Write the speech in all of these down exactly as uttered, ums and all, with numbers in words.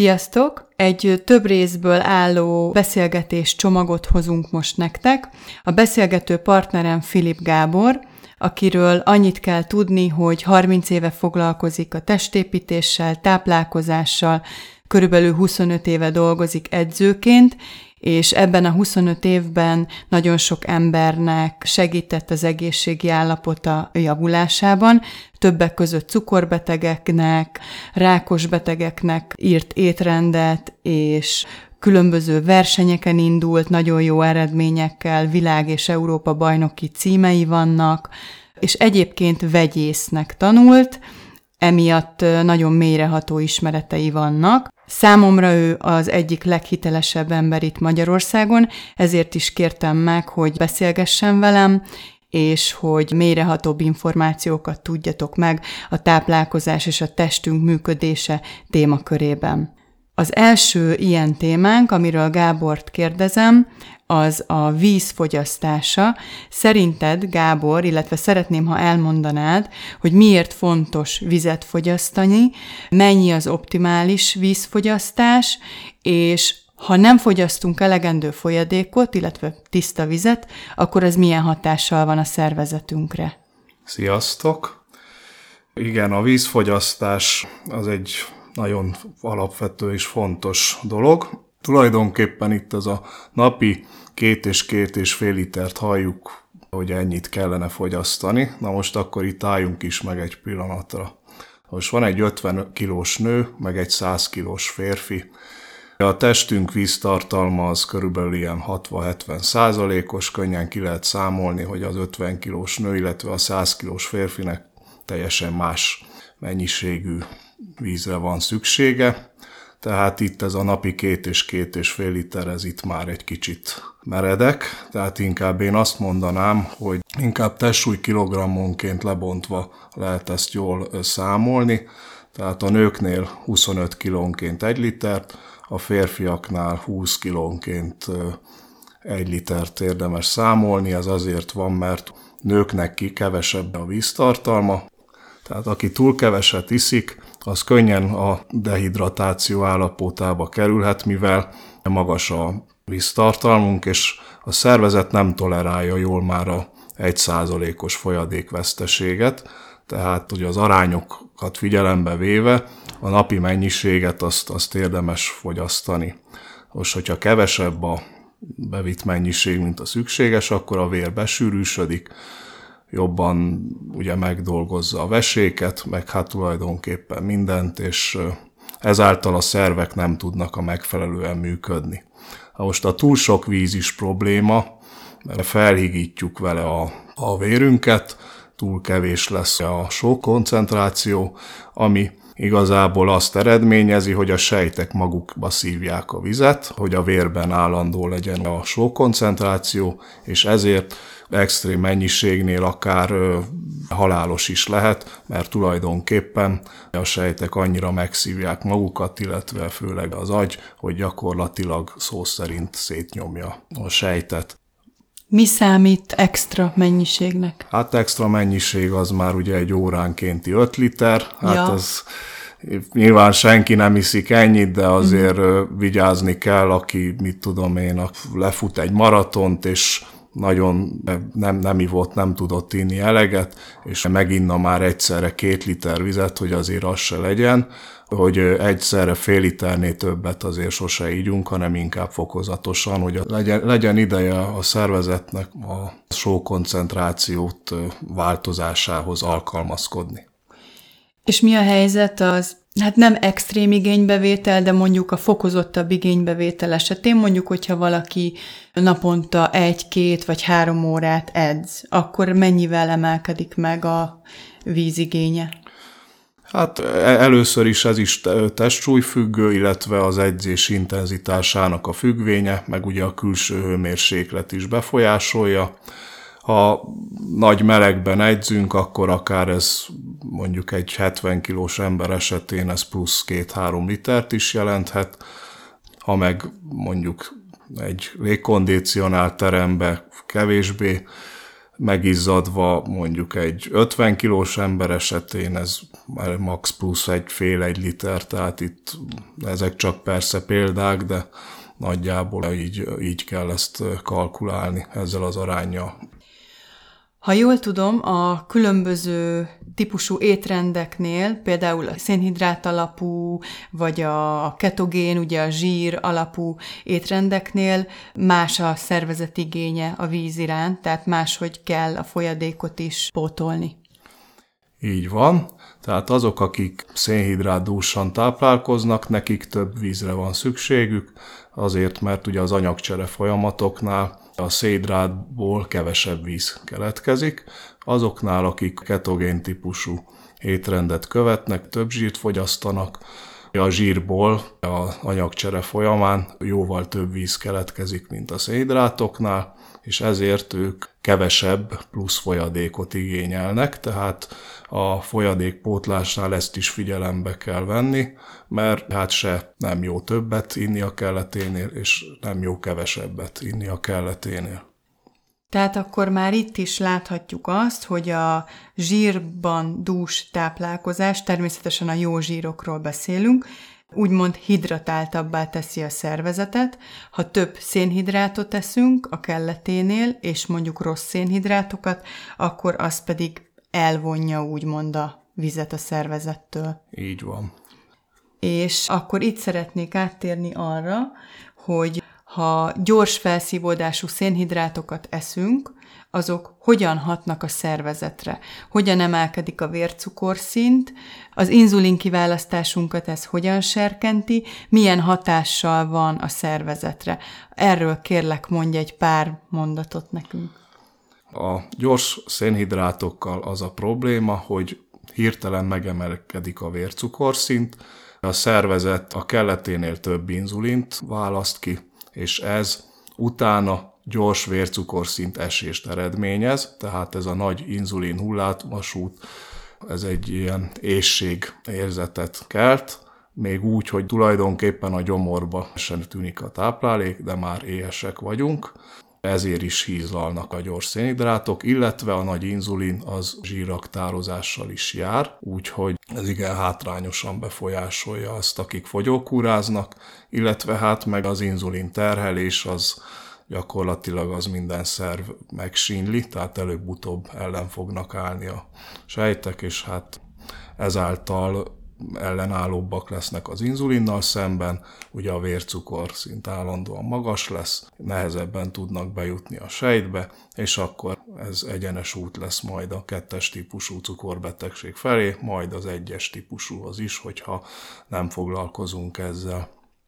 Sziasztok! Egy több részből álló beszélgetés csomagot hozunk most nektek. A beszélgető partnerem Filip Gábor, akiről annyit kell tudni, hogy harminc éve foglalkozik a testépítéssel, táplálkozással, körülbelül huszonöt éve dolgozik edzőként, és ebben a huszonöt évben nagyon sok embernek segített az egészségi állapota javulásában, többek között cukorbetegeknek, rákos betegeknek írt étrendet, és különböző versenyeken indult, nagyon jó eredményekkel, világ- és Európa bajnoki címei vannak, és egyébként vegyésznek tanult, emiatt nagyon mélyreható ismeretei vannak. Számomra ő az egyik leghitelesebb ember itt Magyarországon, ezért is kértem meg, hogy beszélgessen velem, és hogy mélyrehatóbb információkat tudjatok meg a táplálkozás és a testünk működése témakörében. Az első ilyen témánk, amiről Gábort kérdezem, az a víz fogyasztása. Szerinted, Gábor, illetve szeretném, ha elmondanád, hogy miért fontos vizet fogyasztani, mennyi az optimális vízfogyasztás, és ha nem fogyasztunk elegendő folyadékot, illetve tiszta vizet, akkor ez milyen hatással van a szervezetünkre? Sziasztok! Igen, a vízfogyasztás az egy nagyon alapvető és fontos dolog. Tulajdonképpen itt az a napi két és két és fél litert halljuk, hogy ennyit kellene fogyasztani. Na most akkor itt álljunk is meg egy pillanatra. Most van egy ötven kilós nő, meg egy száz kilós férfi. A testünk víztartalma az körülbelül ilyen hatvan-hetven százalékos, könnyen ki lehet számolni, hogy az ötven kilós nő, illetve a száz kilós férfinek teljesen más mennyiségű vízre van szüksége. Tehát itt ez a napi két és két és fél liter, ez itt már egy kicsit meredek. Tehát inkább én azt mondanám, hogy inkább testsúly kilogrammonként lebontva lehet ezt jól számolni. Tehát a nőknél huszonöt kilónként egy litert, a férfiaknál húsz kilónként egy litert érdemes számolni. Ez azért van, mert nőknek ki kevesebb a víztartalma. Tehát aki túl keveset iszik, az könnyen a dehidratáció állapotába kerülhet, mivel magas a víztartalmunk, és a szervezet nem tolerálja jól már a egy százalékos folyadékveszteséget, tehát ugye az arányokat figyelembe véve a napi mennyiséget azt, azt érdemes fogyasztani. Most, hogyha kevesebb a bevitt mennyiség, mint a szükséges, akkor a vér besűrűsödik, jobban ugye megdolgozza a veséket, meg hát tulajdonképpen mindent, és ezáltal a szervek nem tudnak a megfelelően működni. Most a túl sok víz is probléma, mert felhigítjuk vele a, a vérünket, túl kevés lesz a sókkoncentráció, ami igazából azt eredményezi, hogy a sejtek magukba szívják a vizet, hogy a vérben állandó legyen a sókkoncentráció, és ezért extrém mennyiségnél akár ö, halálos is lehet, mert tulajdonképpen a sejtek annyira megszívják magukat, illetve főleg az agy, hogy gyakorlatilag szó szerint szétnyomja a sejtet. Mi számít extra mennyiségnek? Hát extra mennyiség az már ugye egy óránkénti öt liter, hát ja. Az nyilván senki nem iszik ennyit, de azért mm. vigyázni kell, aki, mit tudom én, lefut egy maratont, és nagyon nem, nem ivott, nem tudott inni eleget, és meginna már egyszerre két liter vizet, hogy azért az se legyen, hogy egyszerre fél liternél többet azért sose ígyunk, hanem inkább fokozatosan, hogy legyen, legyen ideje a szervezetnek a sókkoncentrációt változásához alkalmazkodni. És mi a helyzet az, hát nem extrém igénybevétel, de mondjuk a fokozottabb igénybevétel esetén, mondjuk, hogyha valaki naponta egy, két vagy három órát edz, akkor mennyivel emelkedik meg a vízigénye? Hát először is ez is testsúlyfüggő, illetve az edzés intenzitásának a függvénye, meg ugye a külső hőmérséklet is befolyásolja. Ha nagy melegben edzünk, akkor akár ez mondjuk egy hetven kilós ember esetén ez plusz két-három litert is jelenthet. Ha meg mondjuk egy légkondicionált terembe kevésbé megizzadva mondjuk egy ötven kilós ember esetén ez már max plusz egy fél egy liter, tehát itt ezek csak persze példák, de nagyjából így, így kell ezt kalkulálni ezzel az aránnyal. Ha jól tudom, a különböző típusú étrendeknél, például a szénhidrát alapú, vagy a ketogén, ugye a zsír alapú étrendeknél más a szervezet igénye a víz iránt, tehát máshogy kell a folyadékot is pótolni. Így van, tehát azok, akik szénhidrátdúsan táplálkoznak, nekik több vízre van szükségük, azért, mert ugye az anyagcsere folyamatoknál a szénhidrátból kevesebb víz keletkezik. Azoknál, akik ketogén típusú étrendet követnek, több zsírt fogyasztanak, a zsírból az anyagcsere folyamán jóval több víz keletkezik, mint a szénhidrátoknál, és ezért ők kevesebb plusz folyadékot igényelnek, tehát a folyadékpótlásnál ezt is figyelembe kell venni, mert hát se nem jó többet inni a kelleténél, és nem jó kevesebbet inni a kelleténél. Tehát akkor már itt is láthatjuk azt, hogy a zsírban dús táplálkozás, természetesen a jó zsírokról beszélünk, úgymond hidratáltabbá teszi a szervezetet. Ha több szénhidrátot teszünk a kelleténél, és mondjuk rossz szénhidrátokat, akkor az pedig elvonja úgymond a vizet a szervezettől. Így van. És akkor itt szeretnék áttérni arra, hogy ha gyors felszívódású szénhidrátokat eszünk, azok hogyan hatnak a szervezetre, hogyan emelkedik a vércukorszint, az inzulin kiválasztásunkat ez hogyan serkenti, milyen hatással van a szervezetre. Erről kérlek, mondj egy pár mondatot nekünk. A gyors szénhidrátokkal az a probléma, hogy hirtelen megemelkedik a vércukorszint, a szervezet a kelleténél több inzulint választ ki, és ez utána gyors vércukorszint esést eredményez, tehát ez a nagy inzulin hullámvasút, ez egy ilyen éhség érzetet kelt, még úgy, hogy tulajdonképpen a gyomorba sem tűnik a táplálék, de már éhesek vagyunk. Ezért is hízlalnak a gyors szénhidrátok, illetve a nagy inzulin az zsírraktározással is jár, úgyhogy ez igen hátrányosan befolyásolja azt, akik fogyókúráznak, illetve hát meg az inzulin terhelés az gyakorlatilag az minden szerv megsínli, tehát előbb-utóbb ellen fognak állni a sejtek, és hát ezáltal ellenállóbbak lesznek az inzulinnal szemben, ugye a vércukor szint állandóan magas lesz, nehezebben tudnak bejutni a sejtbe, és akkor ez egyenes út lesz majd a kettes típusú cukorbetegség felé, majd az egyes típusúhoz is, hogyha nem foglalkozunk ezzel.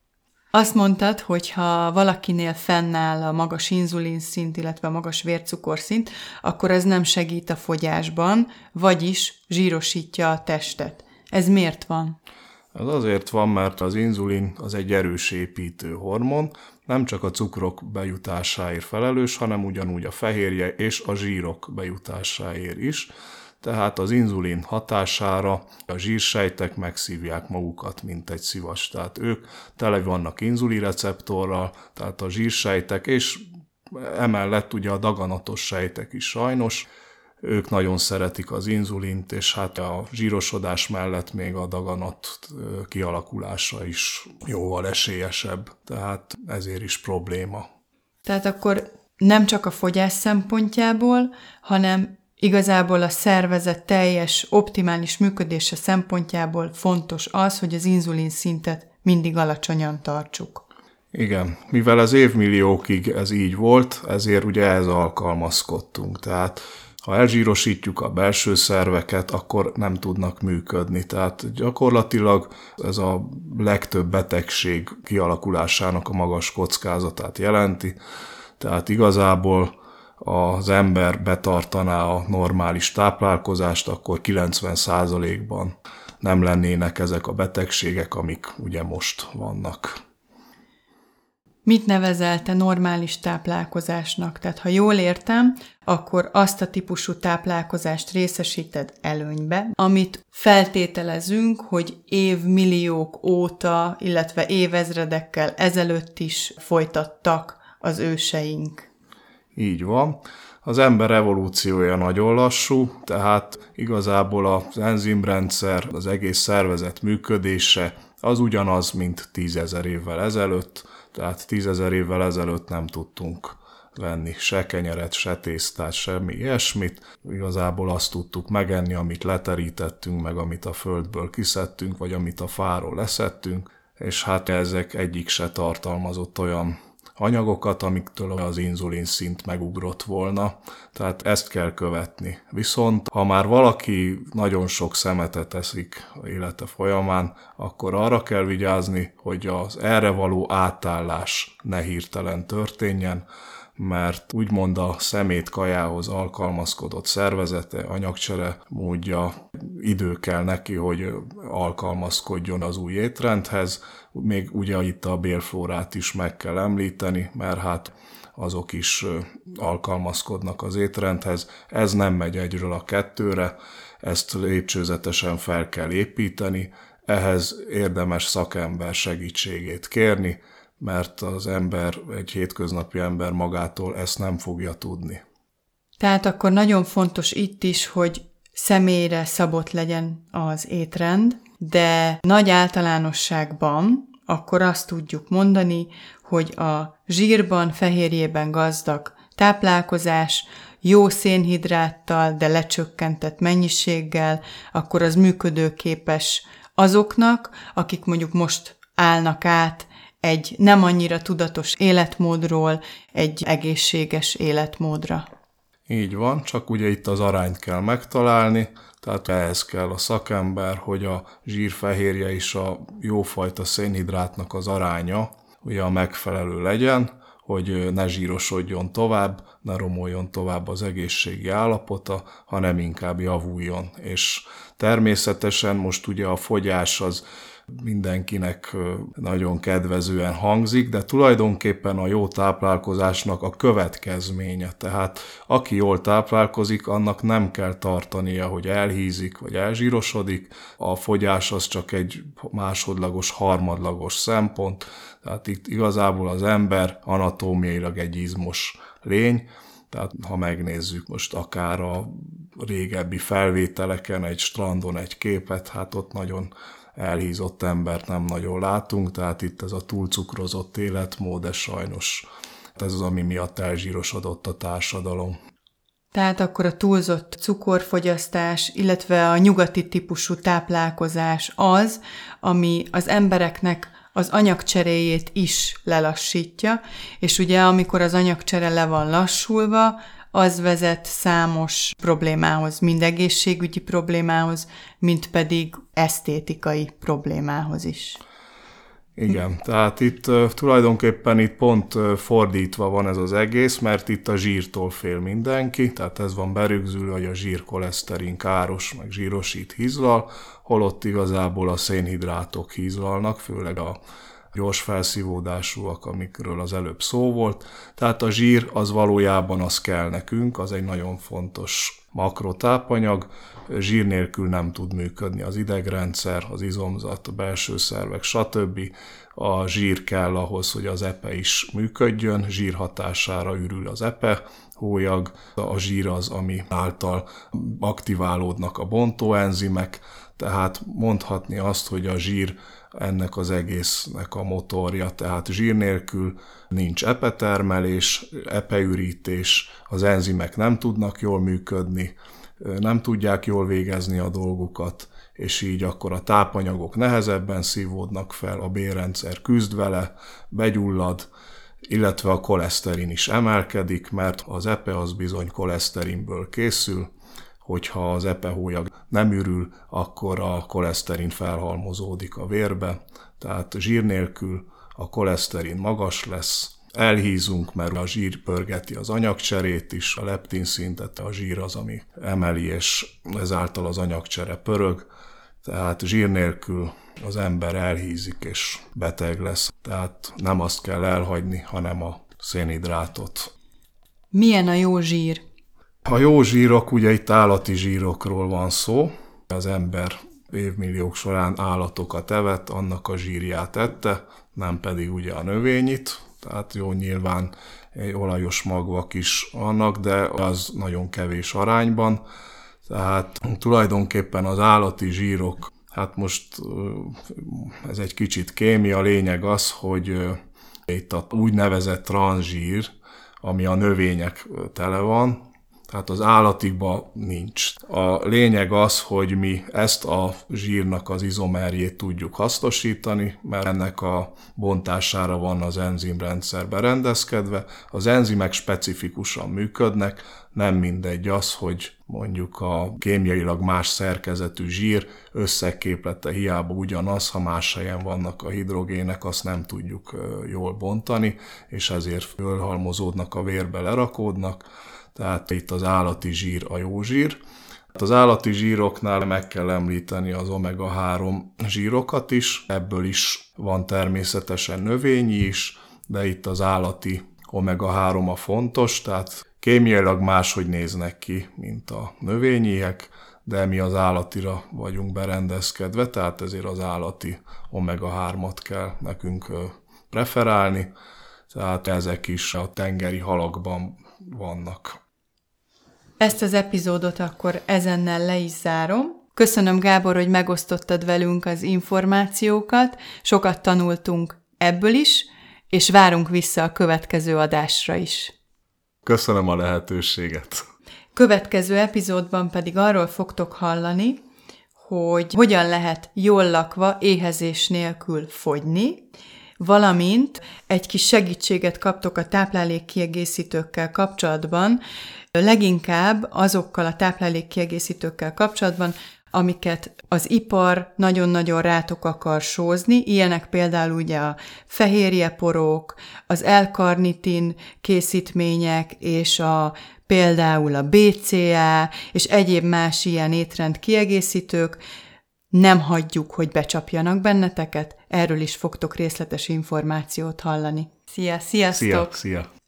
Azt mondtad, hogy ha valakinél fennáll a magas inzulinszint, illetve a magas vércukorszint, akkor ez nem segít a fogyásban, vagyis zsírosítja a testet. Ez miért van? Ez azért van, mert az inzulin az egy erős építő hormon, nem csak a cukrok bejutásáért felelős, hanem ugyanúgy a fehérje és a zsírok bejutásáért is. Tehát az inzulin hatására a zsírsejtek megszívják magukat, mint egy szivas. Tehát ők tele vannak inzulinreceptorral, tehát a zsírsejtek, és emellett ugye a daganatos sejtek is sajnos, ők nagyon szeretik az inzulint, és hát a zsírosodás mellett még a daganat kialakulása is jóval esélyesebb, tehát ezért is probléma. Tehát akkor nem csak a fogyás szempontjából, hanem igazából a szervezet teljes, optimális működése szempontjából fontos az, hogy az inzulin szintet mindig alacsonyan tartsuk. Igen, mivel az évmilliókig ez így volt, ezért ugye ehhez alkalmazkodtunk, tehát ha elzsírosítjuk a belső szerveket, akkor nem tudnak működni. Tehát gyakorlatilag ez a legtöbb betegség kialakulásának a magas kockázatát jelenti. Tehát igazából az ember betartaná a normális táplálkozást, akkor kilencven százalékban nem lennének ezek a betegségek, amik ugye most vannak. Mit nevezel te normális táplálkozásnak? Tehát ha jól értem, akkor azt a típusú táplálkozást részesíted előnybe, amit feltételezünk, hogy évmilliók óta, illetve évezredekkel ezelőtt is folytattak az őseink. Így van. Az ember evolúciója nagyon lassú, tehát igazából az enzimrendszer, az egész szervezet működése az ugyanaz, mint tízezer évvel ezelőtt, tehát tízezer évvel ezelőtt nem tudtunk venni se kenyeret, se tésztát, semmi ilyesmit. Igazából azt tudtuk megenni, amit leterítettünk, meg amit a földből kiszedtünk, vagy amit a fáról leszettünk, és hát ezek egyik se tartalmazott olyan anyagokat, amiktől az inzulin szint megugrott volna, tehát ezt kell követni. Viszont ha már valaki nagyon sok szemetet eszik élete folyamán, akkor arra kell vigyázni, hogy az erre való átállás ne hirtelen történjen, mert úgymond a szemét kajához alkalmazkodott szervezete, anyagcsere módja, idő kell neki, hogy alkalmazkodjon az új étrendhez. Még ugye itt a bélflórát is meg kell említeni, mert hát azok is alkalmazkodnak az étrendhez. Ez nem megy egyről a kettőre, ezt lépcsőzetesen fel kell építeni, ehhez érdemes szakember segítségét kérni, mert az ember, egy hétköznapi ember magától ezt nem fogja tudni. Tehát akkor nagyon fontos itt is, hogy személyre szabott legyen az étrend, de nagy általánosságban akkor azt tudjuk mondani, hogy a zsírban, fehérjében gazdag táplálkozás, jó szénhidráttal, de lecsökkentett mennyiséggel, akkor az működőképes azoknak, akik mondjuk most állnak át egy nem annyira tudatos életmódról egy egészséges életmódra. Így van, csak ugye itt az arányt kell megtalálni, tehát ehhez kell a szakember, hogy a zsírfehérje és a jófajta szénhidrátnak az aránya ugye a megfelelő legyen, hogy ne zsírosodjon tovább, ne romoljon tovább az egészségi állapota, hanem inkább javuljon. És természetesen most ugye a fogyás az mindenkinek nagyon kedvezően hangzik, de tulajdonképpen a jó táplálkozásnak a következménye. Tehát aki jól táplálkozik, annak nem kell tartania, hogy elhízik vagy elzsírosodik. A fogyás az csak egy másodlagos, harmadlagos szempont. Tehát itt igazából az ember anatómiailag egy izmos lény. Tehát ha megnézzük most akár a régebbi felvételeken, egy strandon egy képet, hát ott nagyon elhízott embert nem nagyon látunk, tehát itt ez a túlcukrozott életmód, ez sajnos ez az, ami miatt elzsírosodott a társadalom. Tehát akkor a túlzott cukorfogyasztás, illetve a nyugati típusú táplálkozás az, ami az embereknek az anyagcseréjét is lelassítja, és ugye amikor az anyagcsere le van lassulva, az vezet számos problémához, mind egészségügyi problémához, mint pedig esztétikai problémához is. Igen, tehát itt uh, tulajdonképpen itt pont uh, fordítva van ez az egész, mert itt a zsírtól fél mindenki, tehát ez van berögzülő, hogy a zsírkoleszterin káros, meg zsírosít, hízlal, holott igazából a szénhidrátok hízlalnak, főleg a gyors felszívódásúak, amikről az előbb szó volt. Tehát a zsír az valójában az kell nekünk, az egy nagyon fontos makrotápanyag. Zsír nélkül nem tud működni az idegrendszer, az izomzat, a belső szervek, stb. A zsír kell ahhoz, hogy az epe is működjön, zsír hatására ürül az epe hólyag. A zsír az, ami által aktiválódnak a bontóenzimek, tehát mondhatni azt, hogy a zsír ennek az egésznek a motorja, tehát zsír nélkül nincs epetermelés, epeürítés, az enzimek nem tudnak jól működni, nem tudják jól végezni a dolgukat, és így akkor a tápanyagok nehezebben szívódnak fel, a bélrendszer küzd vele, begyullad, illetve a koleszterin is emelkedik, mert az epe az bizony koleszterinből készül, hogyha az epehólyag nem ürül, akkor a koleszterin felhalmozódik a vérbe, tehát zsír nélkül a koleszterin magas lesz, elhízunk, mert a zsír pörgeti az anyagcserét is, a leptin szintet, a zsír az, ami emeli, és ezáltal az anyagcsere pörög, tehát zsír nélkül az ember elhízik és beteg lesz, tehát nem azt kell elhagyni, hanem a szénhidrátot. Milyen a jó zsír? A jó zsírok, ugye itt állati zsírokról van szó, az ember évmilliók során állatokat evett, annak a zsírját ette, nem pedig ugye a növényit, tehát jó, nyilván olajos magvak is vannak, de az nagyon kevés arányban. Tehát tulajdonképpen az állati zsírok, hát most ez egy kicsit kémia, lényeg az, hogy itt a úgynevezett transzsír, ami a növények tele van, tehát az állatikban nincs. A lényeg az, hogy mi ezt a zsírnak az izomerjét tudjuk hasznosítani, mert ennek a bontására van az enzimrendszer berendezkedve. Az enzimek specifikusan működnek, nem mindegy az, hogy mondjuk a kémiailag más szerkezetű zsír összegképlete hiába ugyanaz, ha más helyen vannak a hidrogének, azt nem tudjuk jól bontani, és ezért fölhalmozódnak a vérbe, lerakódnak. Tehát itt az állati zsír a jó zsír. Az állati zsíroknál meg kell említeni az omega három zsírokat is, ebből is van természetesen növényi is, de itt az állati omega három a fontos, tehát kémiailag máshogy néznek ki, mint a növényiek, de mi az állatira vagyunk berendezkedve, tehát ezért az állati omega hármat kell nekünk preferálni, tehát ezek is a tengeri halakban vannak. Ezt az epizódot akkor ezennel le is zárom. Köszönöm, Gábor, hogy megosztottad velünk az információkat, sokat tanultunk ebből is, és várunk vissza a következő adásra is. Köszönöm a lehetőséget. Következő epizódban pedig arról fogtok hallani, hogy hogyan lehet jól lakva éhezés nélkül fogyni, valamint egy kis segítséget kaptok a táplálékkiegészítőkkel kapcsolatban, leginkább azokkal a táplálékkiegészítőkkel kapcsolatban, amiket az ipar nagyon-nagyon rátok akar sózni, ilyenek például ugye a fehérjeporok, az L-karnitin készítmények, és a, például a bé cé á, és egyéb más ilyen étrend kiegészítők. Nem hagyjuk, hogy becsapjanak benneteket, erről is fogtok részletes információt hallani. Szia, sziasztok! Szia, szia!